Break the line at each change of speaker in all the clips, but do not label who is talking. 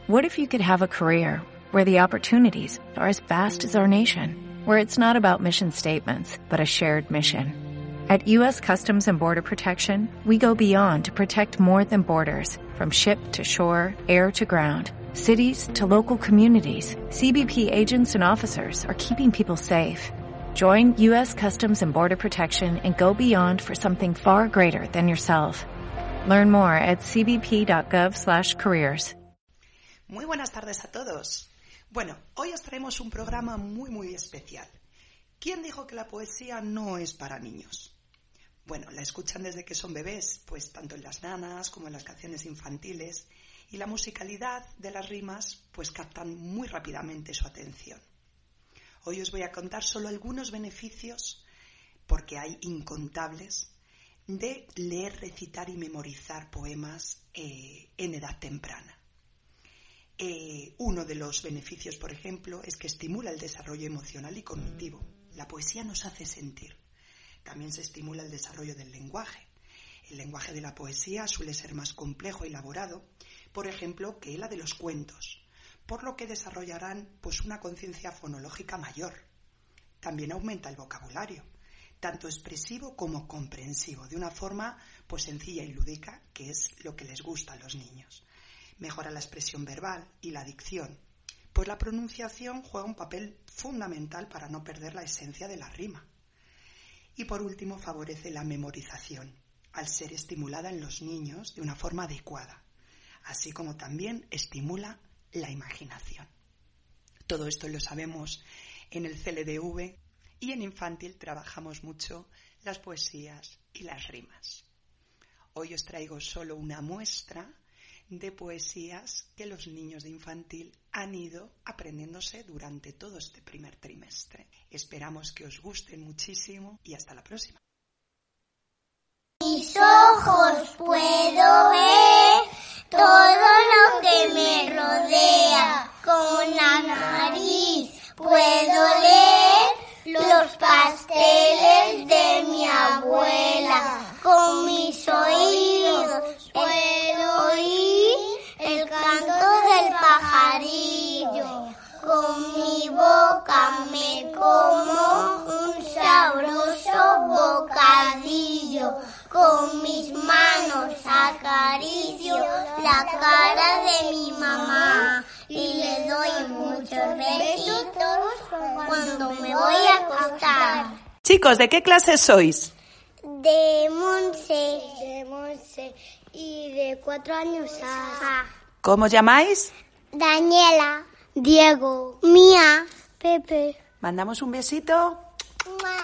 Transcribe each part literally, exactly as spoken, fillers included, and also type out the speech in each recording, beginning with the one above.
What if you could have a career where the opportunities are as vast as our nation, where it's not about mission statements, but a shared mission? At U S Customs and Border Protection, we go beyond to protect more than borders, from ship to shore, air to ground, cities to local communities. C B P agents and officers are keeping people safe. Join U S Customs and Border Protection and go beyond for something far greater than yourself. Learn more at c b p dot gov slash careers.
Muy buenas tardes a todos. Bueno, hoy os traemos un programa muy muy especial. ¿Quién dijo que la poesía no es para niños? Bueno, la escuchan desde que son bebés, pues tanto en las nanas como en las canciones infantiles, y la musicalidad de las rimas pues captan muy rápidamente su atención. Hoy os voy a contar solo algunos beneficios, porque hay incontables, de leer, recitar y memorizar poemas eh, en edad temprana. Eh, uno de los beneficios, por ejemplo, es que estimula el desarrollo emocional y cognitivo. La poesía nos hace sentir. También se estimula el desarrollo del lenguaje. El lenguaje de la poesía suele ser más complejo y elaborado, por ejemplo, que la de los cuentos, por lo que desarrollarán pues, una conciencia fonológica mayor. También aumenta el vocabulario, tanto expresivo como comprensivo, de una forma pues, sencilla y lúdica, que es lo que les gusta a los niños. Mejora la expresión verbal y la dicción, pues la pronunciación juega un papel fundamental para no perder la esencia de la rima. Y por último, favorece la memorización, al ser estimulada en los niños de una forma adecuada, así como también estimula la imaginación. Todo esto lo sabemos en el C L D V y en infantil trabajamos mucho las poesías y las rimas. Hoy os traigo solo una muestra de poesías que los niños de infantil han ido aprendiéndose durante todo este primer trimestre. Esperamos que os gusten muchísimo y hasta la próxima.
Mis ojos puedo ver todo lo que me rodea. Con la nariz puedo leer los pasteles de mi abuela. Con mis oídos puedo oír el canto del pajarillo. Con mi boca me como un sabroso bocadillo. Con mis manos acaricio la cara de mi mamá y le doy muchos besitos cuando me voy a acostar.
Chicos, ¿de qué clase sois?
De Monse. De Monse. Y de cuatro años a...
¿Cómo os llamáis?
Daniela. Diego. Mía. Pepe.
¿Mandamos un besito?
Mua.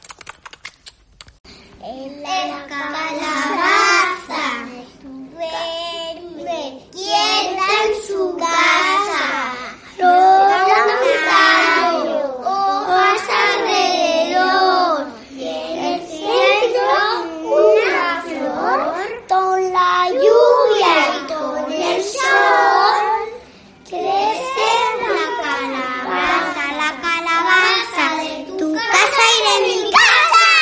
En la calabaza duerme quieta en su casa. Roda un tallo, hojas alrededor. Y en el centro una flor. Con la lluvia y con el sol crece la calabaza, la calabaza de tu casa y de mi casa.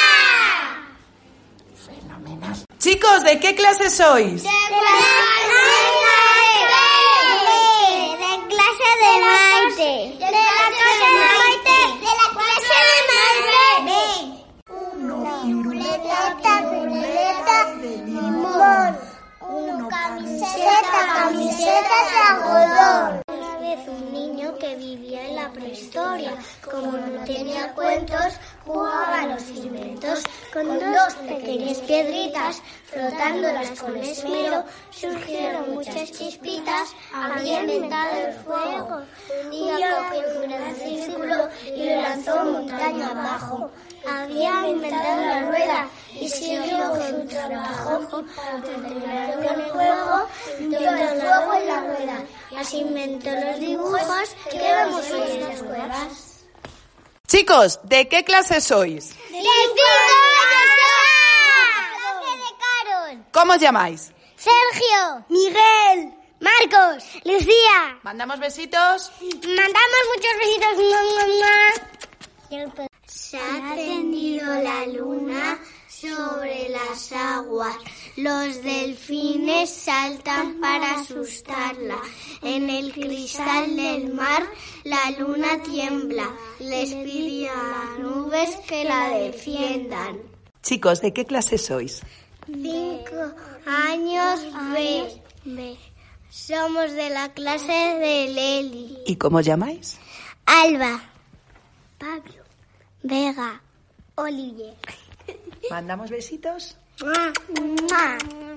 Chicos, ¿de qué clase sois?
De clase de Maite. De la clase de Maite. De la clase de Maite. Una piruleta, piruleta de limón. Una camiseta, camiseta de algodón. Una vez un niño que vivía en la prehistoria, como no tenía cuentos, jugaba a los inventos. Con dos pequeñas piedritas, frotándolas con esmero, surgieron muchas chispitas. Había inventado el fuego. Un día cogió un gran círculo y lo lanzó montaña abajo. Había inventado la rueda y siguió con su trabajo. Para terminar con el juego, dio el fuego en la rueda. Y así inventó los dibujos que vemos hoy en las cuevas.
Chicos, ¿de qué clase sois?
¡De cinco años!
¿Cómo os llamáis?
Sergio, Miguel, Marcos, Lucía.
¿Mandamos besitos?
Mandamos muchos besitos. ¡Mua, mua, mua! Se ha tendido la luna, sobre las aguas. Los delfines saltan para asustarla. En el cristal del mar la luna tiembla. Les pide a las nubes que la defiendan.
Chicos, ¿de qué clase sois?
Cinco años B. B. Somos de la clase de Leli.
¿Y cómo os llamáis?
Alba. Pablo. Vega. Olivier.
¿Mandamos besitos?
¡Mua! ¡Mua!